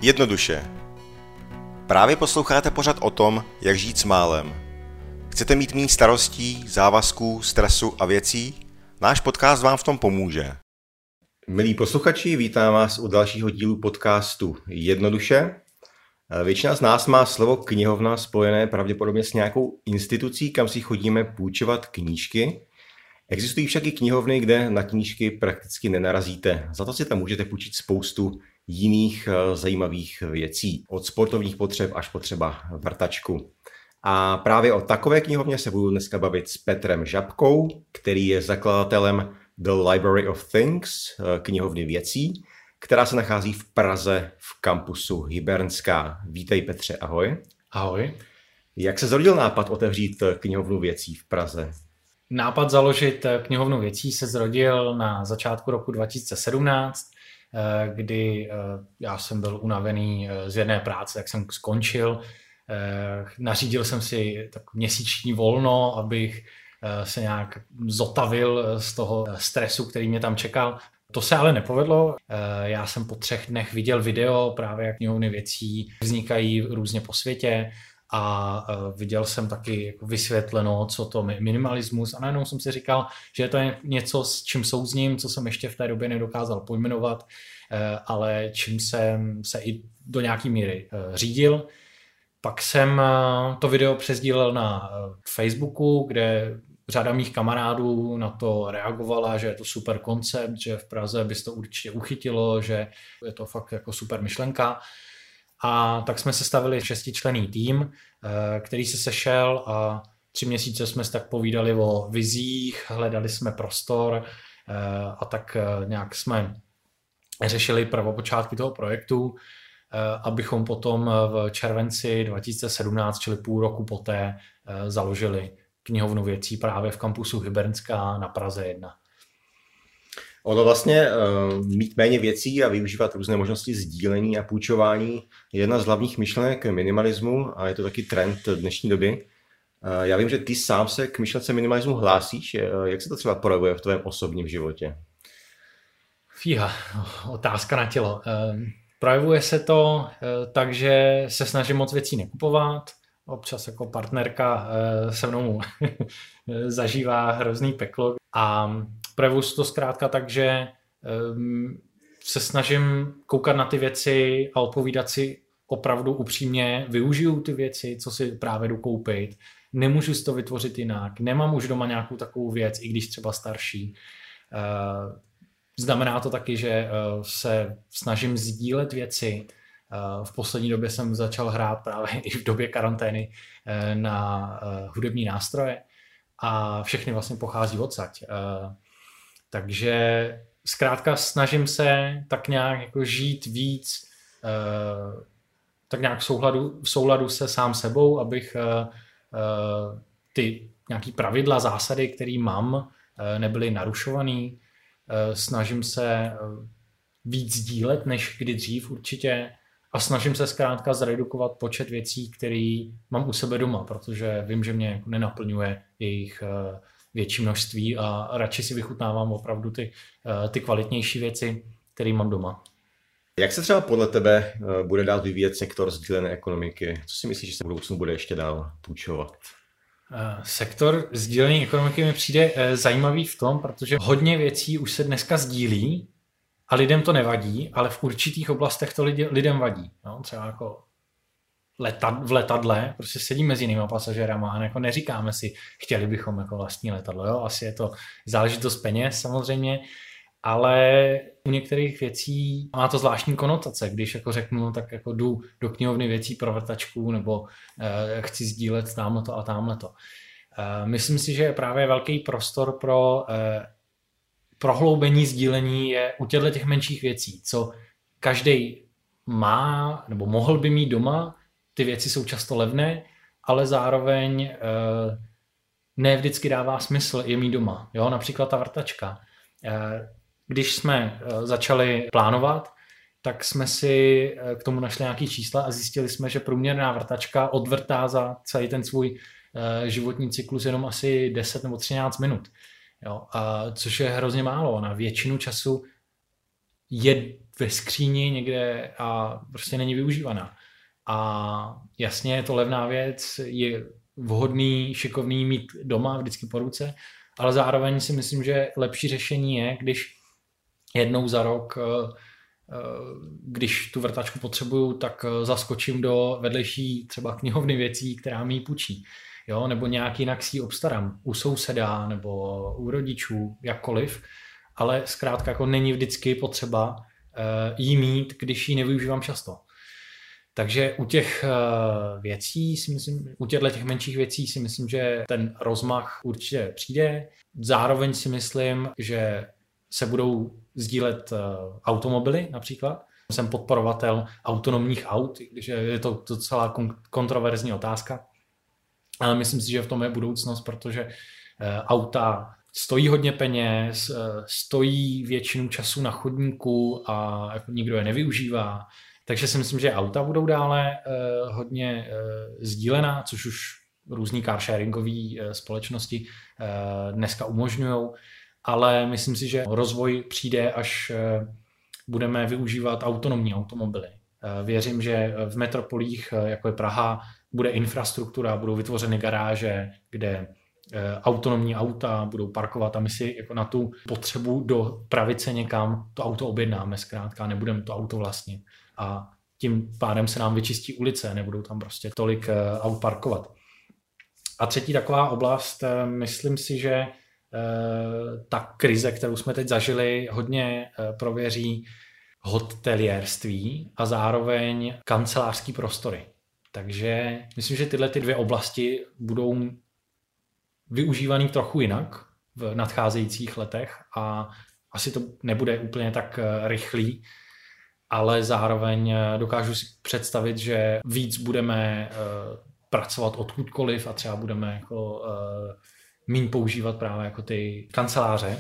Jednoduše. Právě posloucháte pořad o tom, jak žít s málem. Chcete mít méně starostí, závazků, stresu a věcí? Náš podcast vám v tom pomůže. Milí posluchači, vítám vás u dalšího dílu podcastu Jednoduše. Většina z nás má slovo knihovna spojené pravděpodobně s nějakou institucí, kam si chodíme půjčovat knížky. Existují však i knihovny, kde na knížky prakticky nenarazíte. Za to si tam můžete půjčit spoustu jiných zajímavých věcí. Od sportovních potřeb až po třeba vrtačku. A právě o takové knihovně se budu dneska bavit s Petrem Žabkou, který je zakladatelem The Library of Things, knihovny věcí, která se nachází v Praze v kampusu Hybernská. Vítej Petře, ahoj. Ahoj. Jak se zrodil nápad otevřít knihovnu věcí v Praze? Nápad založit knihovnu věcí se zrodil na začátku roku 2017, kdy já jsem byl unavený z jedné práce, tak jsem skončil. Nařídil jsem si tak měsíční volno, abych se nějak zotavil z toho stresu, který mě tam čekal. To se ale nepovedlo. Já jsem po 3 dnech viděl video právě jak knihovny věcí vznikají různě po světě a viděl jsem taky jako vysvětleno, co to je minimalismus a najednou jsem si říkal, že je to něco, s čím souzním, co jsem ještě v té době nedokázal pojmenovat, ale čím jsem se i do nějaký míry řídil. Pak jsem to video přesdílel na Facebooku, kde řada mých kamarádů na to reagovala, že je to super koncept, že v Praze bys to určitě uchytilo, že je to fakt jako super myšlenka. A tak jsme sestavili 6členný tým, který se sešel a 3 měsíce jsme se tak povídali o vizích, hledali jsme prostor a tak nějak jsme řešili prvopočátky toho projektu, abychom potom v červenci 2017, čili půl roku poté, založili knihovnu věcí právě v kampusu Hybernská na Praze 1. Ono vlastně mít méně věcí a využívat různé možnosti sdílení a půjčování je jedna z hlavních myšlenek minimalismu a je to taky trend dnešní doby. Já vím, že ty sám se k myšlence minimalismu hlásíš. Jak se to třeba projevuje v tvém osobním životě? Fíha, otázka na tělo. Projevuje se to tak, že se snažím moc věcí nekupovat. Občas jako partnerka se mnou zažívá hrozný peklo. A projevuje se to zkrátka tak, že se snažím koukat na ty věci a odpovídat si opravdu upřímně. Využiju ty věci, co si právě jdu koupit. Nemůžu si to vytvořit jinak. Nemám už doma nějakou takovou věc, i když třeba starší. Znamená to taky, že se snažím sdílet věci. V poslední době jsem začal hrát právě i v době karantény na hudební nástroje a všechny vlastně pochází odsať. Takže zkrátka snažím se tak nějak jako žít víc tak nějak v souladu se sám sebou, abych ty nějaký pravidla, zásady, které mám, nebyly narušovaný. Snažím se víc sdílet než kdy dřív určitě a snažím se zkrátka zredukovat počet věcí, které mám u sebe doma, protože vím, že mě nenaplňuje jejich větší množství a radši si vychutnávám opravdu ty kvalitnější věci, které mám doma. Jak se třeba podle tebe bude dál vyvíjet sektor sdílené ekonomiky? Co si myslíš, že se v budoucnu bude ještě dál půjčovat? Sektor sdílené ekonomiky mi přijde zajímavý v tom, protože hodně věcí už se dneska sdílí a lidem to nevadí, ale v určitých oblastech to lidem vadí. No, třeba jako v letadle, prostě sedíme s jinýma pasažérama a jako neříkáme si, chtěli bychom jako vlastní letadlo. Jo? Asi je to záležitost peněz samozřejmě, ale u některých věcí má to zvláštní konotace, když jako řeknu, tak jako jdu do knihovny věcí pro vrtačku nebo chci sdílet támhleto a támhleto. Myslím si, že je právě velký prostor pro prohloubení sdílení je u těch menších věcí, co každý má nebo mohl by mít doma. Ty věci jsou často levné, ale zároveň ne vždycky dává smysl je mít doma. Jo? Například ta vrtačka. Když jsme začali plánovat, tak jsme si k tomu našli nějaký čísla a zjistili jsme, že průměrná vrtačka odvrtá za celý ten svůj životní cyklus jenom asi 10 nebo 13 minut. Jo? Což je hrozně málo. Na většinu času je ve skříni někde a prostě není využívaná. A jasně je to levná věc, je vhodný, šikovný mít doma vždycky po ruce, ale zároveň si myslím, že lepší řešení je, když jednou za rok, když tu vrtačku potřebuju, tak zaskočím do vedlejší třeba knihovny věcí, která mi ji půjčí. Jo? Nebo nějak jinak si ji obstarám u souseda nebo u rodičů, jakkoliv, ale zkrátka jako není vždycky potřeba jí mít, když ji nevyužívám často. Takže u těch věcí si myslím, u těch menších věcí si myslím, že ten rozmach určitě přijde. Zároveň si myslím, že se budou sdílet automobily například. Jsem podporovatel autonomních aut, když je to docela kontroverzní otázka. Ale myslím si, že v tom je budoucnost, protože auta stojí hodně peněz, stojí většinu času na chodníku a jako nikdo je nevyužívá. Takže si myslím, že auta budou dále hodně sdílená, což už různý carsharingové společnosti dneska umožňují. Ale myslím si, že rozvoj přijde, až budeme využívat autonomní automobily. Věřím, že v metropolích, jako je Praha, bude infrastruktura, budou vytvořeny garáže, kde autonomní auta budou parkovat a my si jako na tu potřebu dopravit se někam to auto objednáme zkrátka, nebudeme to auto vlastnit. A tím pádem se nám vyčistí ulice, nebudou tam prostě tolik aut parkovat. A třetí taková oblast, myslím si, že ta krize, kterou jsme teď zažili, hodně prověří hotelierství a zároveň kancelářský prostory. Takže myslím, že tyhle dvě oblasti budou využívaný trochu jinak v nadcházejících letech a asi to nebude úplně tak rychlý, ale zároveň dokážu si představit, že víc budeme pracovat odkudkoliv a třeba budeme jako míň používat právě jako ty kanceláře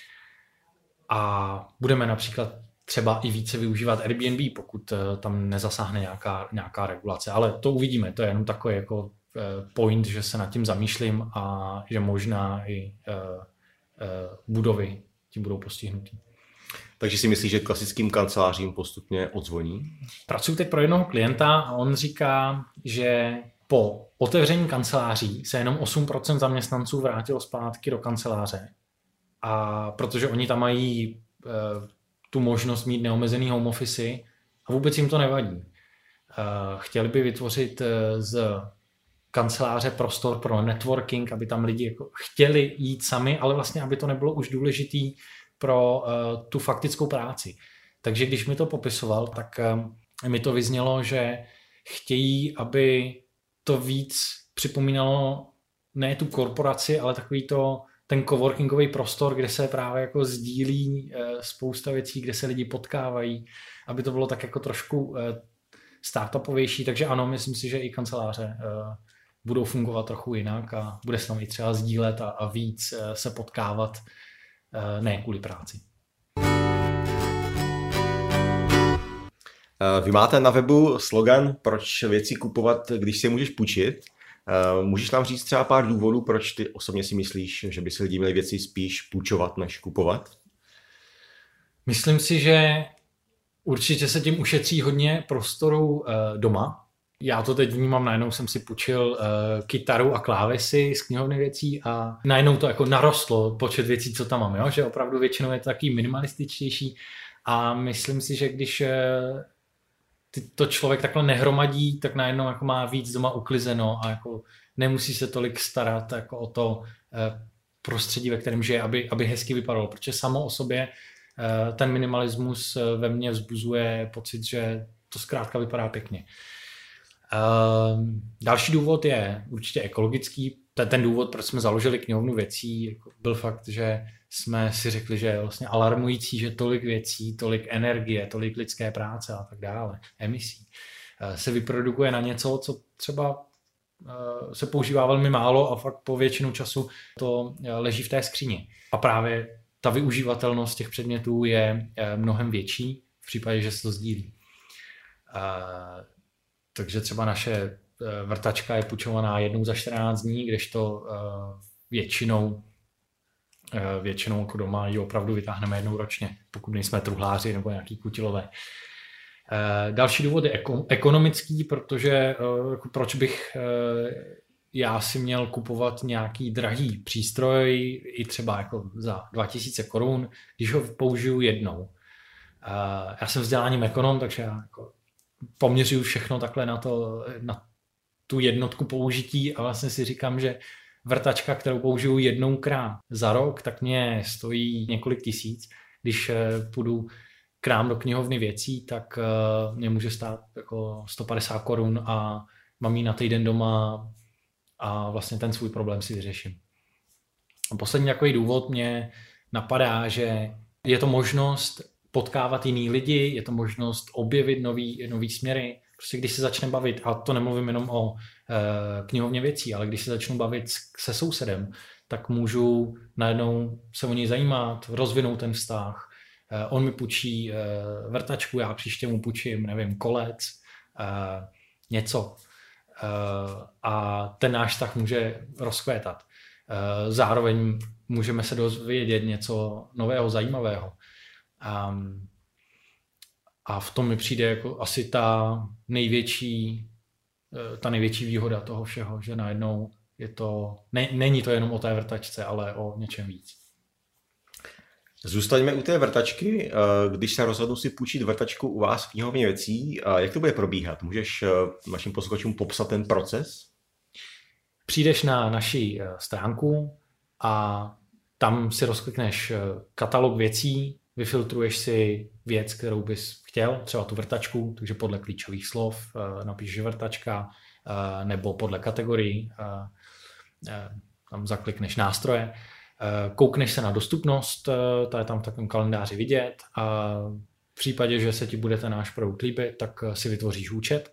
a budeme například třeba i více využívat Airbnb, pokud tam nezasáhne nějaká regulace. Ale to uvidíme, to je jenom takový jako point, že se nad tím zamýšlím a že možná i budovy tím budou postihnutý. Takže si myslíš, že klasickým kancelářím postupně odzvoní? Pracuji teď pro jednoho klienta a on říká, že po otevření kanceláří se jenom 8% zaměstnanců vrátilo zpátky do kanceláře. A protože oni tam mají tu možnost mít neomezený home office a vůbec jim to nevadí. Chtěli by vytvořit z kanceláře prostor pro networking, aby tam lidi jako chtěli jít sami, ale vlastně, aby to nebylo už důležitý pro tu faktickou práci. Takže když mi to popisoval, tak mi to vyznělo, že chtějí, aby to víc připomínalo ne tu korporaci, ale takový ten coworkingový prostor, kde se právě jako sdílí spousta věcí, kde se lidi potkávají, aby to bylo tak jako trošku startupovější. Takže ano, myslím si, že i kanceláře budou fungovat trochu jinak a bude se tam i třeba sdílet a víc se potkávat, ne kvůli práci. Vy máte na webu slogan, proč věci kupovat, když si je můžeš půjčit. Můžeš nám říct třeba pár důvodů, proč ty osobně si myslíš, že by si lidi měli věci spíš půjčovat, než kupovat? Myslím si, že určitě se tím ušetří hodně prostoru doma. Já to teď vnímám, najednou jsem si půjčil kytaru a klávesy z knihovny věcí a najednou to jako narostlo počet věcí, co tam mám, jo? Že opravdu většinou je to takový minimalističtější a myslím si, že když to člověk takhle nehromadí, tak najednou jako má víc doma uklizeno a jako nemusí se tolik starat jako o to prostředí, ve kterém žije, aby hezky vypadalo, protože samo o sobě ten minimalismus ve mně vzbuzuje pocit, že to zkrátka vypadá pěkně. Další důvod je určitě ekologický. Ten důvod, proč jsme založili knihovnu věcí, byl fakt, že jsme si řekli, že je vlastně alarmující, že tolik věcí, tolik energie, tolik lidské práce a tak dále, emisí, se vyprodukuje na něco, co třeba se používá velmi málo a fakt po většinu času to leží v té skříni. A právě ta využívatelnost těch předmětů je mnohem větší v případě, že se to sdílí. Takže třeba naše vrtačka je půjčovaná jednou za 14 dní, kdežto většinou Většinou jako doma ji opravdu vytáhneme jednou ročně, pokud nejsme truhláři nebo nějaký kutilové. Další důvod je ekonomický, protože proč bych já si měl kupovat nějaký drahý přístroj i třeba jako za 2000 korun, když ho použiju jednou. Já jsem vzděláním ekonom, takže já jako poměřuju všechno takhle na tu jednotku použití a vlastně si říkám, že vrtačka, kterou použiju jednoukrát za rok, tak mě stojí několik tisíc. Když půjdu krám do knihovny věcí, tak mě může stát jako 150 korun a mám ji na týden doma a vlastně ten svůj problém si vyřeším. A poslední takový důvod mě napadá, že je to možnost potkávat jiný lidi, je to možnost objevit nový směry. Prostě když se začne bavit, a to nemluvím jenom o knihovně věcí, ale když se začnu bavit se sousedem, tak můžu najednou se o něj zajímat, rozvinout ten vztah. On mi půjčí vrtačku, já příště mu půjčím, nevím, kolec, něco. A ten náš vztah může rozkvétat. Zároveň můžeme se dozvědět něco nového, zajímavého. A v tom mi přijde jako asi ta největší výhoda toho všeho, že najednou je to, není to jenom o té vrtačce, ale o něčem víc. Zůstaňme u té vrtačky. Když se rozhodnu si půjčit vrtačku u vás v knihovně věcí, jak to bude probíhat? Můžeš našim posluchačům popsat ten proces? Přijdeš na naši stránku a tam si rozklikneš katalog věcí, vyfiltruješ si věc, kterou bys chtěl, třeba tu vrtačku, takže podle klíčových slov napíšeš vrtačka, nebo podle kategorií, tam zaklikneš nástroje, koukneš se na dostupnost, ta je tam v takovém kalendáři vidět a v případě, že se ti bude ten náš produkt líbit, tak si vytvoříš účet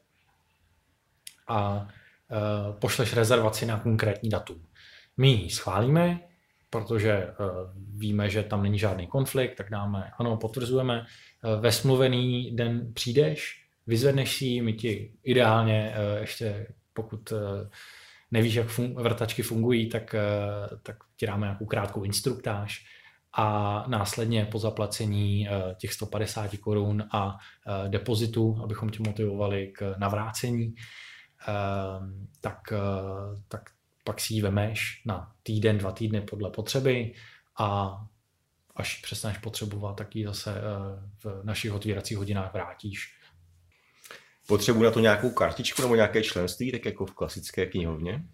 a pošleš rezervaci na konkrétní datum. My ji schválíme, protože víme, že tam není žádný konflikt, tak dáme ano, potvrzujeme. Ve smluvený den přijdeš, vyzvedneš si ji, my ti ideálně ještě, pokud nevíš, jak vrtačky fungují, tak ti dáme nějakou krátkou instruktáž a následně po zaplacení těch 150 korun a depozitu, abychom tě motivovali k navrácení, tak pak si ji vemeš na týden, 2 týdny podle potřeby a až přestaneš potřebovat, tak ji zase v našich otvíracích hodinách vrátíš. Potřebuji na to nějakou kartičku nebo nějaké členství, tak jako v klasické knihovně?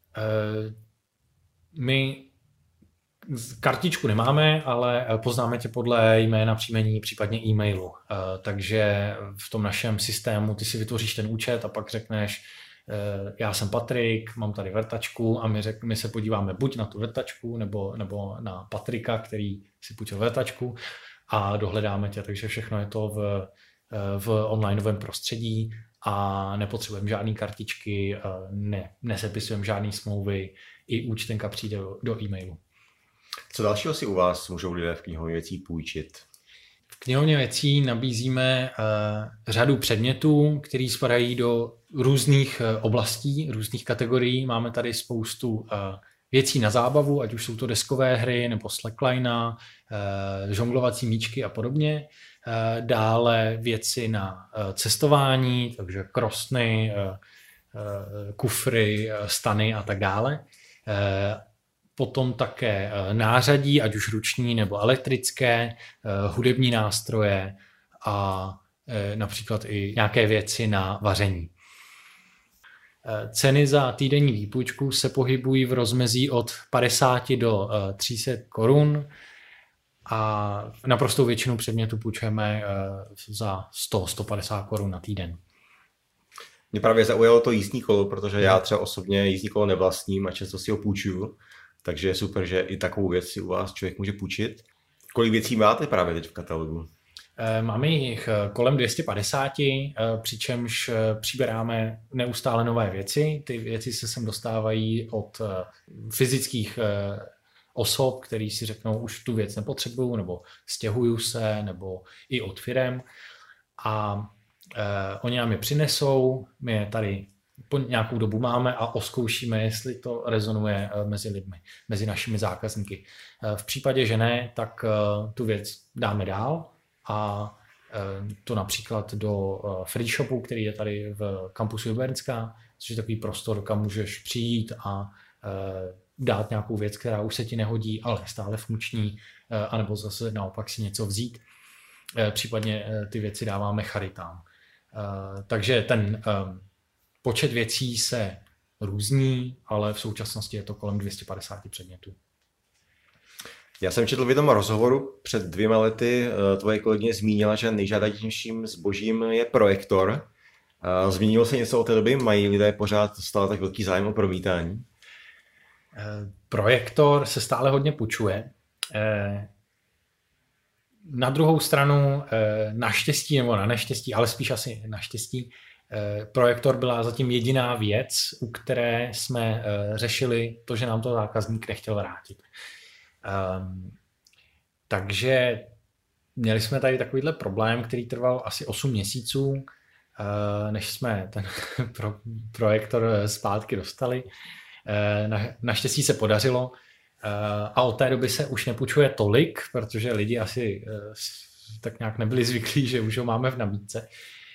My kartičku nemáme, ale poznáme tě podle jména, příjmení, případně e-mailu. Takže v tom našem systému ty si vytvoříš ten účet a pak řekneš, já jsem Patrik, mám tady vrtačku a my se podíváme buď na tu vrtačku nebo na Patrika, který si půjčil vrtačku a dohledáme tě, takže všechno je to v onlineovém prostředí a nepotřebujeme žádný kartičky, nesepisujeme žádný smlouvy, i účtenka přijde do e-mailu. Co dalšího si u vás můžou lidé v knihovně věcí půjčit? V knihovně věcí nabízíme řadu předmětů, které spadají do různých oblastí, různých kategorií. Máme tady spoustu věcí na zábavu, ať už jsou to deskové hry nebo slacklina, žonglovací míčky a podobně. Dále věci na cestování, takže krosny, kufry, stany a tak dále. Potom také nářadí, ať už ruční nebo elektrické, hudební nástroje a například i nějaké věci na vaření. Ceny za týdenní výpůjčku se pohybují v rozmezí od 50 do 300 korun a naprostou většinu předmětů půjčujeme za 100-150 korun na týden. Mě právě zaujalo to jízdní kolo, protože já třeba osobně jízdní kolo nevlastním a často si ho půjčuju, takže je super, že i takovou věc si u vás člověk může půjčit. Kolik věcí máte právě teď v katalogu? Máme jich kolem 250, přičemž přibíráme neustále nové věci. Ty věci se sem dostávají od fyzických osob, který si řeknou, už tu věc nepotřebuju, nebo stěhuju se, nebo i od firem. A oni nám je přinesou, my je tady po nějakou dobu máme a oskoušíme, jestli to rezonuje mezi lidmi, mezi našimi zákazníky. V případě, že ne, tak tu věc dáme dál a to například do free shopu, který je tady v kampusu Jubernská, což je takový prostor, kam můžeš přijít a dát nějakou věc, která už se ti nehodí, ale je stále funkční, anebo zase naopak si něco vzít. Případně ty věci dáváme charitám. Takže ten počet věcí se různí, ale v současnosti je to kolem 250 předmětů. Já jsem četl v jednom rozhovoru před 2 lety, tvoje kolegyně zmínila, že nejžádanějším zbožím je projektor. Zmínilo se něco od té doby? Mají lidé pořád stále tak velký zájem o promítání? Projektor se stále hodně půjčuje. Na druhou stranu naštěstí, nebo na neštěstí, ale spíš asi naštěstí, projektor byla zatím jediná věc, u které jsme řešili to, že nám to zákazník nechtěl vrátit. Takže měli jsme tady takovýhle problém, který trval asi 8 měsíců, než jsme ten projektor zpátky dostali. Naštěstí se podařilo a od té doby se už nepůjčuje tolik, protože lidi asi tak nějak nebyli zvyklí, že už ho máme v nabídce.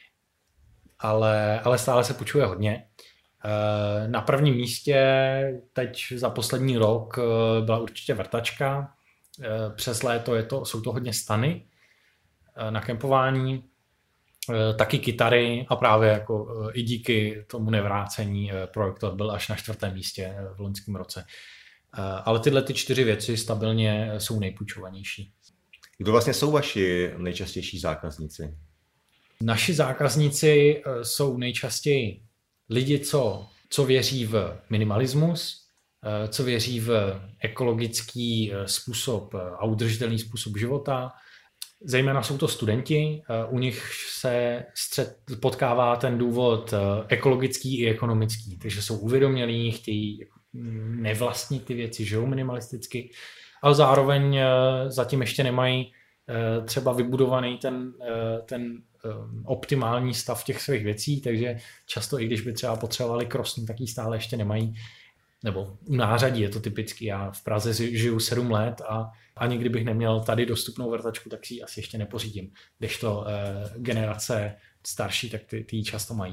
Ale stále se půjčuje hodně. Na prvním místě teď za poslední rok byla určitě vrtačka. Přes léto jsou to hodně stany na kempování, taky kytary a právě jako i díky tomu nevrácení projektor byl až na 4. místě v loňském roce. Ale tyhle 4 věci stabilně jsou nejpůjčovanější. Kdo vlastně jsou vaši nejčastější zákazníci? Naši zákazníci jsou nejčastěji lidi, co věří v minimalismus, co věří v ekologický způsob a udržitelný způsob života. Zejména jsou to studenti, u nich se potkává ten důvod ekologický i ekonomický, takže jsou uvědomělí, chtějí nevlastnit ty věci, žijou minimalisticky, ale zároveň zatím ještě nemají třeba vybudovaný ten optimální stav těch svých věcí, takže často i když by třeba potřebovali krosnu, tak ji stále ještě nemají. Nebo u nářadí je to typicky. Já v Praze žiju 7 let a ani kdybych neměl tady dostupnou vrtačku, tak si ji asi ještě nepořídím. Kdežto generace starší, tak ty ji často mají.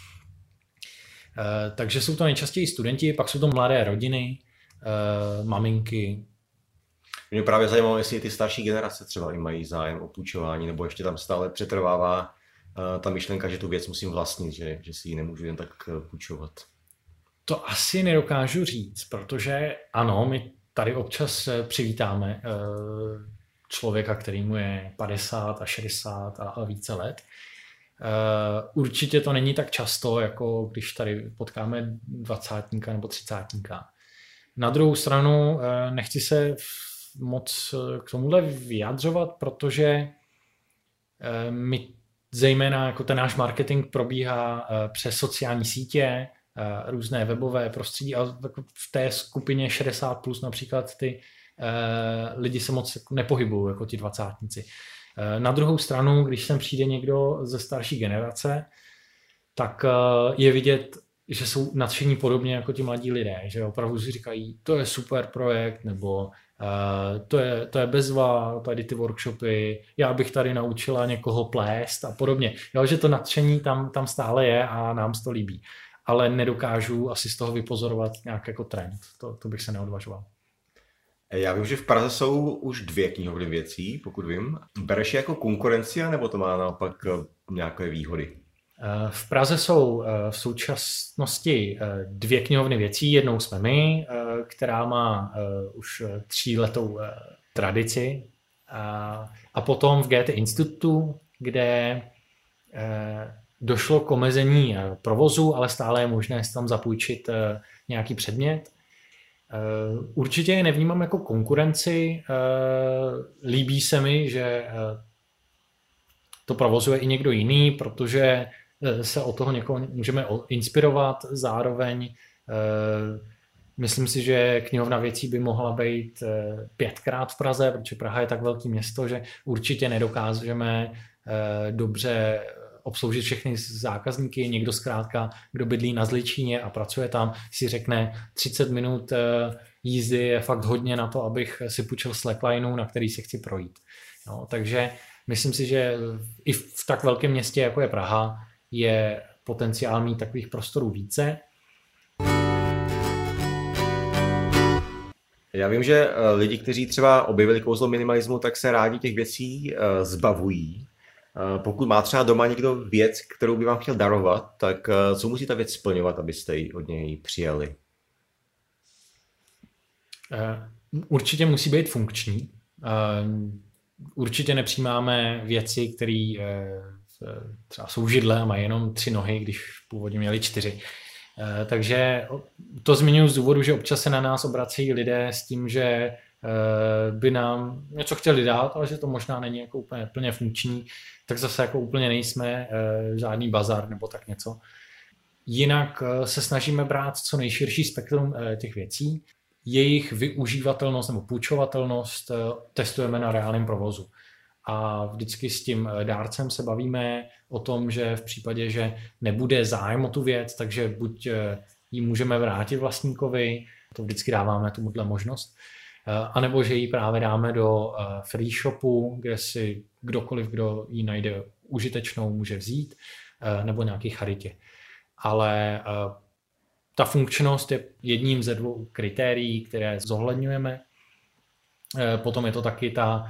Takže jsou to nejčastěji studenti, pak jsou to mladé rodiny, maminky. Mě právě zajímalo, jestli ty starší generace třeba i mají zájem o půjčování, nebo ještě tam stále přetrvává ta myšlenka, že tu věc musím vlastnit, že si ji nemůžu jen tak půjčovat. To asi nedokážu říct, protože ano, my tady občas přivítáme člověka, který mu je 50 a 60 a více let. Určitě to není tak často, jako když tady potkáme 20 nebo 30. Na druhou stranu nechci se moc k tomuhle vyjadřovat, protože my zejména jako ten náš marketing probíhá přes sociální sítě, různé webové prostředí a v té skupině 60+ například ty lidi se moc nepohybují jako ti 20. Na druhou stranu, když sem přijde někdo ze starší generace, tak je vidět, že jsou nadšení podobně jako ti mladí lidé, že opravdu si říkají, to je super projekt, nebo to je bezva, tady ty workshopy, já bych tady naučila někoho plést a podobně. Jo, že to nadšení tam stále je a nám se to líbí. Ale nedokážu asi z toho vypozorovat nějak jako trend. To bych se neodvažoval. Já vím, že v Praze jsou už 2 knihovny věcí, pokud vím. Bereš je jako konkurenci, nebo to má naopak nějaké výhody? V Praze jsou v současnosti 2 knihovny věcí. Jednou jsme my, která má už 3letou tradici. A potom v Goethe Institutu, kde došlo k omezení provozu, ale stále je možné si tam zapůjčit nějaký předmět. Určitě je nevnímám jako konkurenci. Líbí se mi, že to provozuje i někdo jiný, protože se od toho někoho můžeme inspirovat. Zároveň myslím si, že knihovna věcí by mohla být 5krát v Praze, protože Praha je tak velké město, že určitě nedokážeme dobře obsloužit všechny zákazníky. Někdo zkrátka, kdo bydlí na Zličíně a pracuje tam, si řekne 30 minut jízdy je fakt hodně na to, abych si půjčil slacklineu, na který se chci projít. No, takže myslím si, že i v tak velkém městě, jako je Praha, je potenciál mít takových prostorů více. Já vím, že lidi, kteří třeba objevili kouzlo minimalismu, tak se rádi těch věcí zbavují. Pokud má třeba doma někdo věc, kterou by vám chtěl darovat, tak co musí ta věc splňovat, abyste ji od něj přijali? Určitě musí být funkční. Určitě nepřijímáme věci, které třeba jsou židle a mají jenom 3 nohy, když původně měli 4. Takže to zmiňuji z důvodu, že občas se na nás obracejí lidé s tím, že by nám něco chtěli dát, ale že to možná není jako úplně plně funkční, tak zase jako úplně nejsme žádný bazar nebo tak něco. Jinak se snažíme brát co nejširší spektrum těch věcí. Jejich využívatelnost nebo půjčovatelnost testujeme na reálném provozu. A vždycky s tím dárcem se bavíme o tom, že v případě, že nebude zájem o tu věc, takže buď ji můžeme vrátit vlastníkovi, to vždycky dáváme tomuhle možnost, anebo že ji právě dáme do free shopu, kde si kdokoliv, kdo ji najde užitečnou, může vzít, nebo nějaký charitě. Ale ta funkčnost je jedním ze 2 kritérií, které zohledňujeme. Potom je to taky ta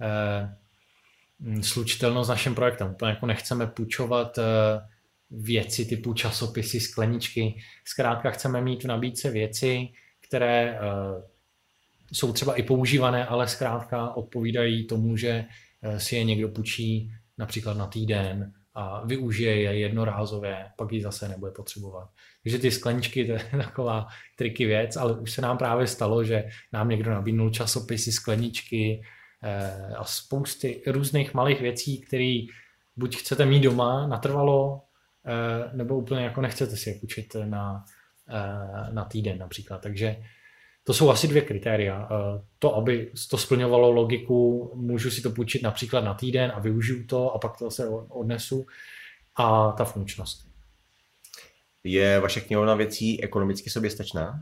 slučitelnost s naším projektem. Úplně jako nechceme půjčovat věci typu časopisy, skleničky. Zkrátka chceme mít v nabídce věci, které jsou třeba i používané, ale zkrátka odpovídají tomu, že si je někdo půjčí například na týden a využije je jednorázově, pak ji zase nebude potřebovat. Takže ty skleničky, to je taková triky věc, ale už se nám právě stalo, že nám někdo nabídnul časopisy, skleničky a spousty různých malých věcí, které buď chcete mít doma natrvalo, nebo úplně jako nechcete si je půjčit na týden například. Takže to jsou asi 2 kritéria. To, aby to splňovalo logiku, můžu si to půjčit například na týden a využiju to a pak to se odnesu, a ta funkčnost. Je vaše knihovna věcí ekonomicky soběstačná?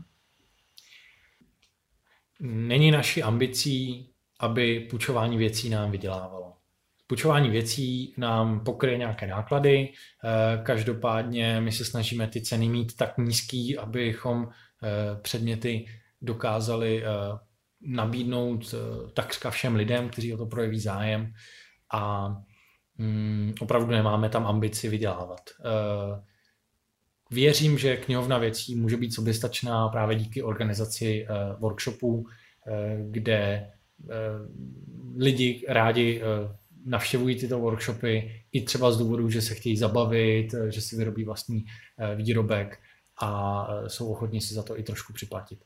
Není naší ambicí, aby půjčování věcí nám vydělávalo. Půjčování věcí nám pokryje nějaké náklady, každopádně my se snažíme ty ceny mít tak nízký, abychom předměty dokázali nabídnout takřka všem lidem, kteří o to projeví zájem, a opravdu nemáme tam ambici vydělávat. Věřím, že knihovna věcí může být soběstačná právě díky organizaci workshopů, kde lidi rádi navštěvují tyto workshopy i třeba z důvodu, že se chtějí zabavit, že si vyrobí vlastní výrobek a jsou ochotní si za to i trošku připlatit.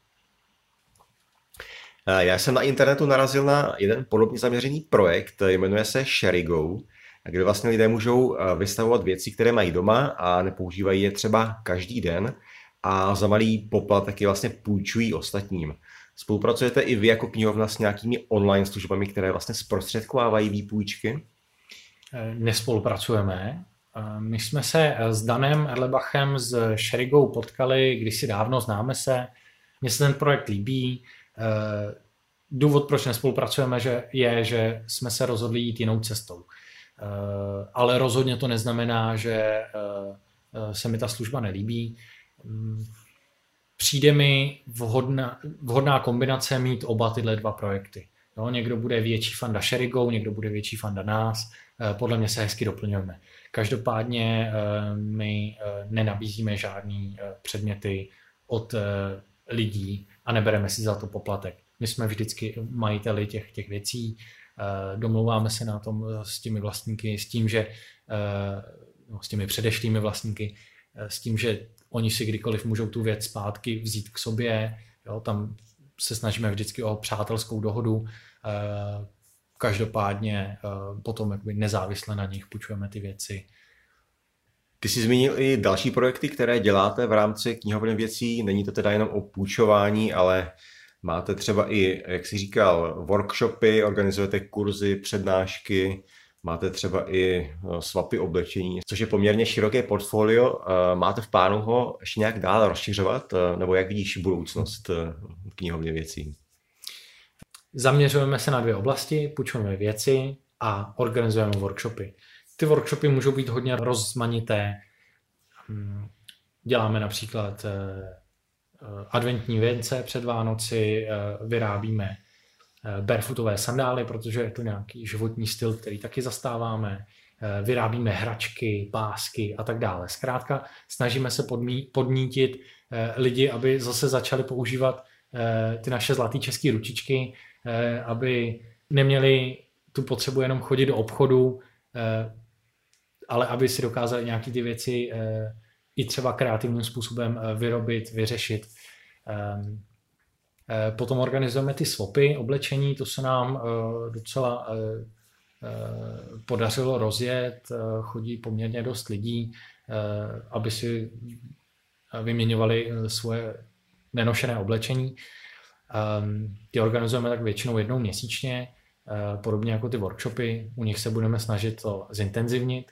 Já jsem na internetu narazil na jeden podobně zaměřený projekt, jmenuje se Sherigo, kde vlastně lidé můžou vystavovat věci, které mají doma a nepoužívají je třeba každý den, a za malý poplatek je vlastně půjčují ostatním. Spolupracujete i vy jako knihovna s nějakými online službami, které vlastně zprostředkovávají výpůjčky? Nespolupracujeme. My jsme se s Danem Erlebachem z Sherigo potkali kdysi dávno, známe se. Mně se ten projekt líbí. Důvod, proč nespolupracujeme, je, že jsme se rozhodli jít jinou cestou. Ale rozhodně to neznamená, že se mi ta služba nelíbí. Přijde mi vhodná kombinace mít oba tyhle 2 projekty. No, někdo bude větší fanda Sherigo, někdo bude větší fanda nás. Podle mě se hezky doplňujeme. Každopádně my nenabízíme žádný předměty od lidí a nebereme si za to poplatek. My jsme vždycky majiteli těch věcí, domlouváme se na tom s těmi vlastníky, s tím, že s těmi předešlými vlastníky, s tím, že oni si kdykoliv můžou tu věc zpátky vzít k sobě. Jo, tam se snažíme vždycky o přátelskou dohodu. Každopádně potom jakoby nezávisle na nich půjčujeme ty věci. Ty jsi zmínil i další projekty, které děláte v rámci knihovny věcí. Není to teda jenom o půjčování, ale máte třeba i, jak jsi říkal, workshopy, organizujete kurzy, přednášky. Máte třeba i swapy oblečení, což je poměrně široké portfolio. Máte v plánu ho ještě nějak dál rozšiřovat, nebo jak vidíš budoucnost knihovny věcí? Zaměřujeme se na 2 oblasti, půjčujeme věci a organizujeme workshopy. Ty workshopy můžou být hodně rozmanité. Děláme například adventní věnce před Vánoci, vyrábíme barefootové sandály, protože je to nějaký životní styl, který taky zastáváme, vyrábíme hračky, pásky a tak dále. Zkrátka snažíme se podnítit lidi, aby zase začali používat ty naše zlaté české ručičky, aby neměli tu potřebu jenom chodit do obchodu, ale aby si dokázali nějaké ty věci i třeba kreativním způsobem vyrobit, vyřešit. Potom organizujeme ty swapy oblečení, to se nám docela podařilo rozjet, chodí poměrně dost lidí, aby si vyměňovali svoje nenošené oblečení. Ty organizujeme tak většinou jednou měsíčně, podobně jako ty workshopy, u nich se budeme snažit to zintenzivnit.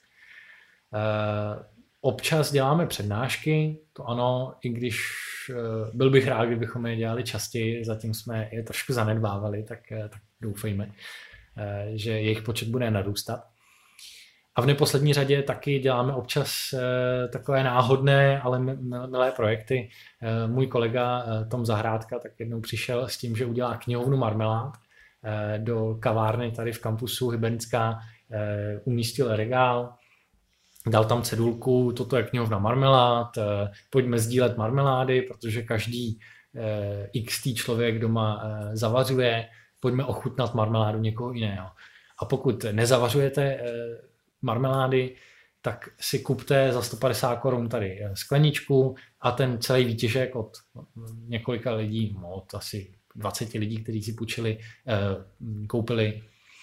Občas děláme přednášky, to ano, i když byl bych rád, kdybychom je dělali častěji, zatím jsme je trošku zanedbávali, tak doufejme, že jejich počet bude narůstat. A v neposlední řadě taky děláme občas takové náhodné, ale milé projekty. Můj kolega Tom Zahrádka tak jednou přišel s tím, že udělá knihovnu Marmelád do kavárny tady v kampusu Hybernická, umístil regál, dal tam cedulku, toto je knihovna Marmelád, pojďme sdílet marmelády, protože každý XT člověk doma zavařuje, pojďme ochutnat marmeládu někoho jiného. A pokud nezavařujete marmelády, tak si kupte za 150 korun tady skleničku a ten celý výtěžek od několika lidí, od asi 20 lidí, kteří si půjčili, koupili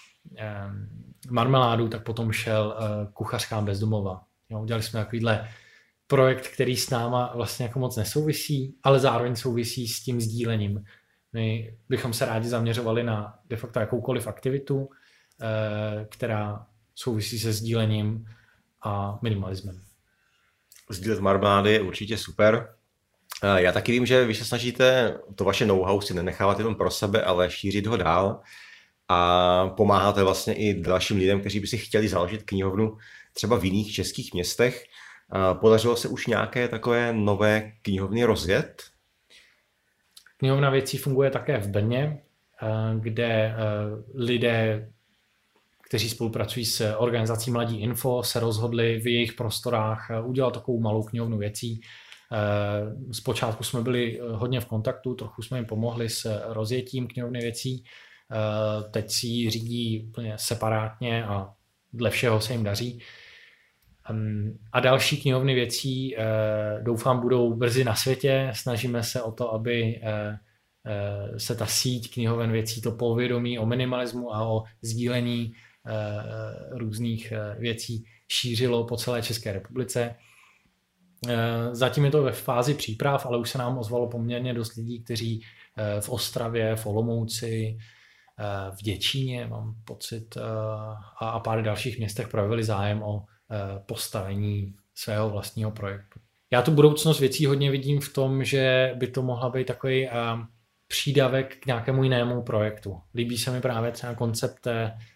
marmeládu, tak potom šel kuchařkám bez domova. Udělali jsme takovýhle projekt, který s náma vlastně jako moc nesouvisí, ale zároveň souvisí s tím sdílením. My bychom se rádi zaměřovali na de facto jakoukoliv aktivitu, která souvisí se sdílením a minimalismem. Sdílet marmelády je určitě super. Já taky vím, že vy se snažíte to vaše know-how si nenechávat jenom pro sebe, ale šířit ho dál a pomáháte vlastně i dalším lidem, kteří by si chtěli založit knihovnu třeba v jiných českých městech. Podařilo se už nějaké takové nové knihovny rozjet? Knihovna věcí funguje také v Brně, kde lidé, kteří spolupracují s organizací Mladí Info, se rozhodli v jejich prostorách udělat takovou malou knihovnu věcí. Zpočátku jsme byli hodně v kontaktu, trochu jsme jim pomohli s rozjetím knihovny věcí. Teď si ji řídí úplně separátně a dle všeho se jim daří. A další knihovny věcí doufám budou brzy na světě. Snažíme se o to, aby se ta síť knihoven věcí, to povědomí o minimalismu a o sdílení různých věcí šířilo po celé České republice. Zatím je to ve fázi příprav, ale už se nám ozvalo poměrně dost lidí, kteří v Ostravě, v Olomouci, v Děčíně, mám pocit, a pár dalších městech projevili zájem o postavení svého vlastního projektu. Já tu budoucnost věcí hodně vidím v tom, že by to mohla být takový přídavek k nějakému jinému projektu. Líbí se mi právě třeba koncept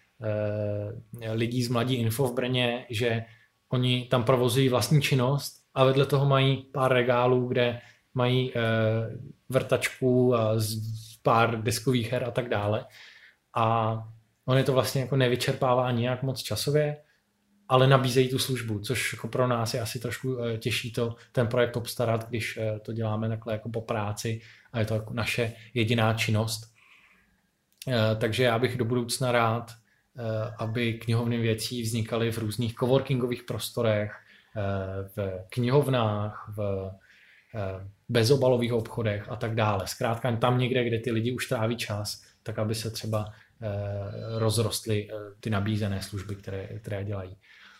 lidí z Mladí Info v Brně, že oni tam provozují vlastní činnost a vedle toho mají pár regálů, kde mají vrtačku a pár deskových her a tak dále. A on je to vlastně jako nevyčerpává nijak moc časově, ale nabízejí tu službu, což jako pro nás je asi trošku těžší to ten projekt obstarat, když to děláme takhle jako po práci a je to jako naše jediná činnost. Takže já bych do budoucna rád, aby knihovny věcí vznikaly v různých coworkingových prostorech, v knihovnách, v bezobalových obchodech a tak dále. Zkrátka tam někde, kde ty lidi už tráví čas, tak aby se třeba rozrostly ty nabízené služby, které dělají.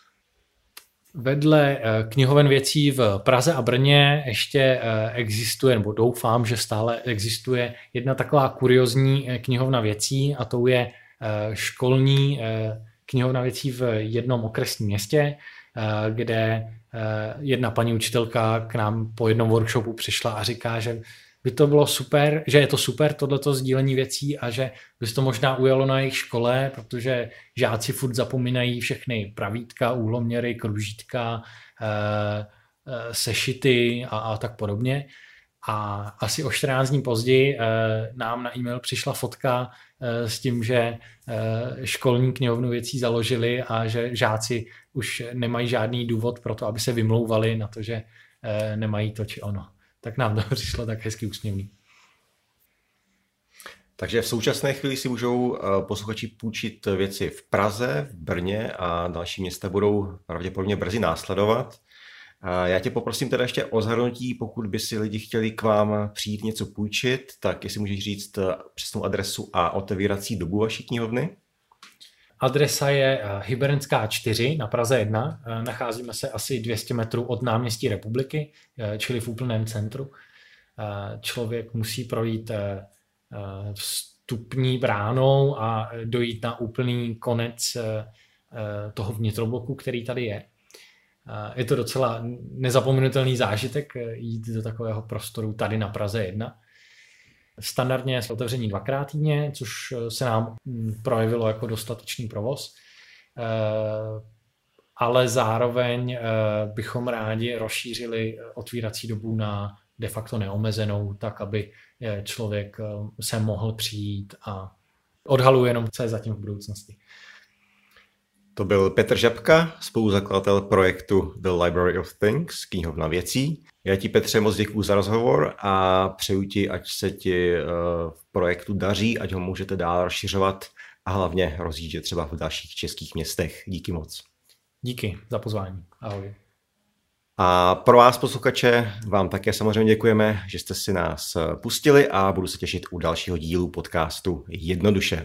Vedle knihoven věcí v Praze a Brně ještě existuje, nebo doufám, že stále existuje jedna taková kuriozní knihovna věcí a to je školní knihovna věcí v jednom okresním městě, kde jedna paní učitelka k nám po jednom workshopu přišla a říká, že by to bylo super, že je to super tohleto sdílení věcí a že by se to možná ujalo na jejich škole, protože žáci furt zapomínají všechny pravítka, úhloměry, kružítka, sešity a tak podobně. A asi o 14 dní později nám na e-mail přišla fotka s tím, že školní knihovnu věcí založili a že žáci už nemají žádný důvod pro to, aby se vymlouvali na to, že nemají to či ono. Tak nám to přišlo tak hezky úsměvný. Takže v současné chvíli si můžou posluchači půjčit věci v Praze, v Brně a další města budou pravděpodobně brzy následovat. Já tě poprosím teda ještě o shrnutí, pokud by si lidi chtěli k vám přijít něco půjčit, tak jestli můžeš říct přesnou adresu a otevírací dobu vaší knihovny. Adresa je Hybernská 4 na Praze 1. Nacházíme se asi 200 metrů od náměstí Republiky, čili v úplném centru. Člověk musí projít vstupní bránou a dojít na úplný konec toho vnitrobloku, který tady je. Je to docela nezapomenutelný zážitek jít do takového prostoru tady na Praze 1. Standardně je otevření 2x týdně, což se nám projevilo jako dostatečný provoz, ale zároveň bychom rádi rozšířili otvírací dobu na de facto neomezenou, tak aby člověk se mohl přijít a odhaluje jenom, co je zatím v budoucnosti. To byl Petr Žabka, spoluzakladatel projektu The Library of Things, knihovna věcí. Já ti, Petře, moc děkuju za rozhovor a přeju ti, ať se ti v projektu daří, ať ho můžete dál rozšiřovat a hlavně rozjíždět třeba v dalších českých městech. Díky moc. Díky za pozvání. Ahoj. A pro vás, posluchače, vám také samozřejmě děkujeme, že jste si nás pustili a budu se těšit u dalšího dílu podcastu Jednoduše.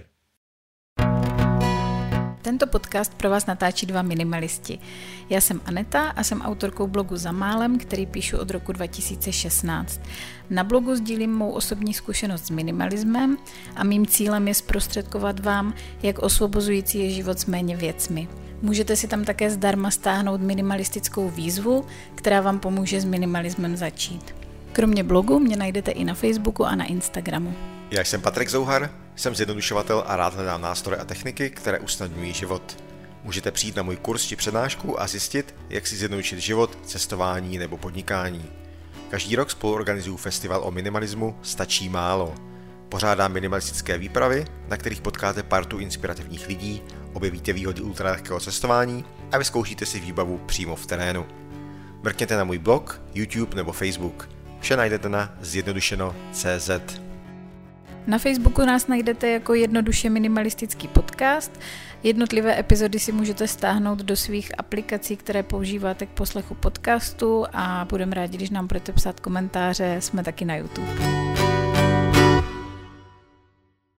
Tento podcast pro vás natáčí dva minimalisti. Já jsem Aneta a jsem autorkou blogu Za málem, který píšu od roku 2016. Na blogu sdílím mou osobní zkušenost s minimalismem a mým cílem je zprostředkovat vám, jak osvobozující je život s méně věcmi. Můžete si tam také zdarma stáhnout minimalistickou výzvu, která vám pomůže s minimalismem začít. Kromě blogu mě najdete i na Facebooku a na Instagramu. Já jsem Patrik Zouhar, jsem zjednodušovatel a rád hledám nástroje a techniky, které usnadňují život. Můžete přijít na můj kurz či přednášku a zjistit, jak si zjednodušit život, cestování nebo podnikání. Každý rok spoluorganizuju festival o minimalismu Stačí málo. Pořádám minimalistické výpravy, na kterých potkáte partu inspirativních lidí, objevíte výhody ultralehkého cestování a vyzkoušíte si výbavu přímo v terénu. Mrkněte na můj blog, YouTube nebo Facebook. Vše najdete na zjednodušeno.cz. Na Facebooku nás najdete jako Jednoduše minimalistický podcast. Jednotlivé epizody si můžete stáhnout do svých aplikací, které používáte k poslechu podcastu a budeme rádi, když nám budete psát komentáře. Jsme taky na YouTube.